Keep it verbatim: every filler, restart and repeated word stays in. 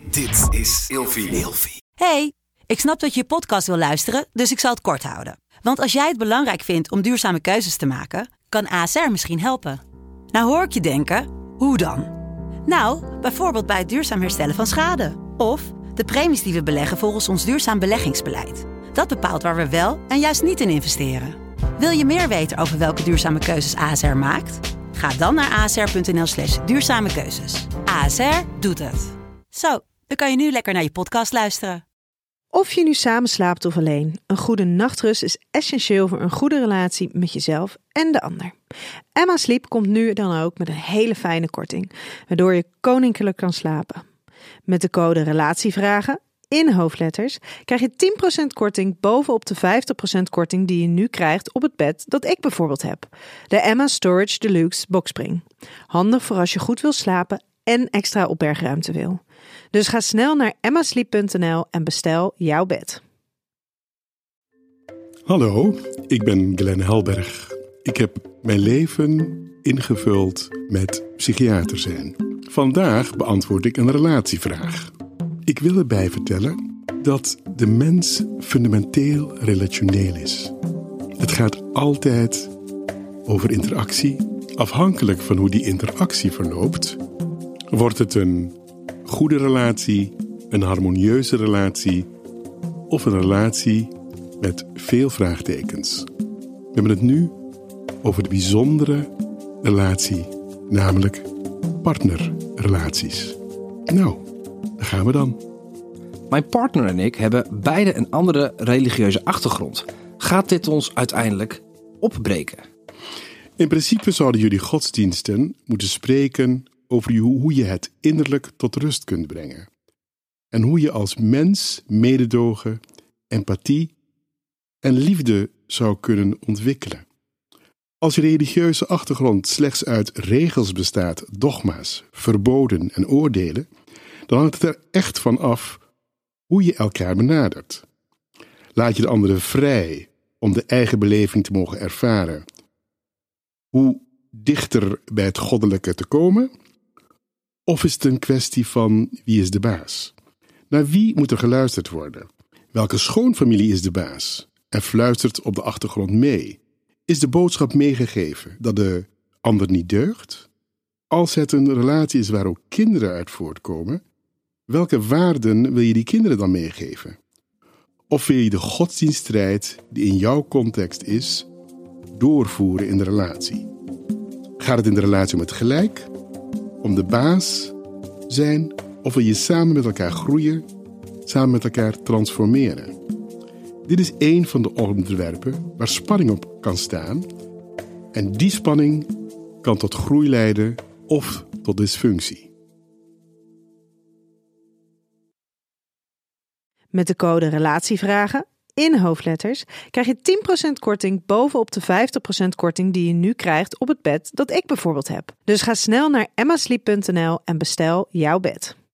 Dit is Ilfie. Hey, ik snap dat je je podcast wil luisteren, dus ik zal het kort houden. Want als jij het belangrijk vindt om duurzame keuzes te maken, kan A S R misschien helpen. Nou hoor ik je denken, hoe dan? Nou, bijvoorbeeld bij het duurzaam herstellen van schade. Of de premies die we beleggen volgens ons duurzaam beleggingsbeleid. Dat bepaalt waar we wel en juist niet in investeren. Wil je meer weten over welke duurzame keuzes A S R maakt? Ga dan naar asr.nl slash duurzame keuzes. A S R doet het. Zo, dan kan je nu lekker naar je podcast luisteren. Of je nu samen slaapt of alleen, een goede nachtrust is essentieel voor een goede relatie met jezelf en de ander. Emma Sleep komt nu dan ook met een hele fijne korting, waardoor je koninklijk kan slapen. Met de code RELATIEVRAGEN in hoofdletters krijg je tien procent korting bovenop de vijftig procent korting die je nu krijgt op het bed dat ik bijvoorbeeld heb. De Emma Storage Deluxe Boxspring. Handig voor als je goed wil slapen en extra opbergruimte wil. Dus ga snel naar emma sleep punt n l en bestel jouw bed. Hallo, ik ben Glenn Helberg. Ik heb mijn leven ingevuld met psychiater zijn. Vandaag beantwoord ik een relatievraag. Ik wil erbij vertellen dat de mens fundamenteel relationeel is. Het gaat altijd over interactie. Afhankelijk van hoe die interactie verloopt, wordt het een goede relatie, een harmonieuze relatie of een relatie met veel vraagtekens. We hebben het nu over de bijzondere relatie, namelijk partnerrelaties. Nou, daar gaan we dan. Mijn partner en ik hebben beide een andere religieuze achtergrond. Gaat dit ons uiteindelijk opbreken? In principe zouden jullie godsdiensten moeten spreken over hoe je het innerlijk tot rust kunt brengen. En hoe je als mens mededogen, empathie en liefde zou kunnen ontwikkelen. Als je religieuze achtergrond slechts uit regels bestaat, dogma's, verboden en oordelen, dan hangt het er echt van af hoe je elkaar benadert. Laat je de anderen vrij om de eigen beleving te mogen ervaren. Hoe dichter bij het goddelijke te komen? Of is het een kwestie van wie is de baas? Naar wie moet er geluisterd worden? Welke schoonfamilie is de baas? En fluistert op de achtergrond mee? Is de boodschap meegegeven dat de ander niet deugt? Als het een relatie is waar ook kinderen uit voortkomen, welke waarden wil je die kinderen dan meegeven? Of wil je de godsdienststrijd die in jouw context is, doorvoeren in de relatie? Gaat het in de relatie om het gelijk, om de baas zijn, of wil je samen met elkaar groeien, samen met elkaar transformeren? Dit is één van de onderwerpen waar spanning op kan staan. En die spanning kan tot groei leiden of tot dysfunctie. Met de code RELATIEVRAGEN in hoofdletters krijg je tien procent korting bovenop de vijftig procent korting die je nu krijgt op het bed dat ik bijvoorbeeld heb. Dus ga snel naar emma sleep punt n l en bestel jouw bed.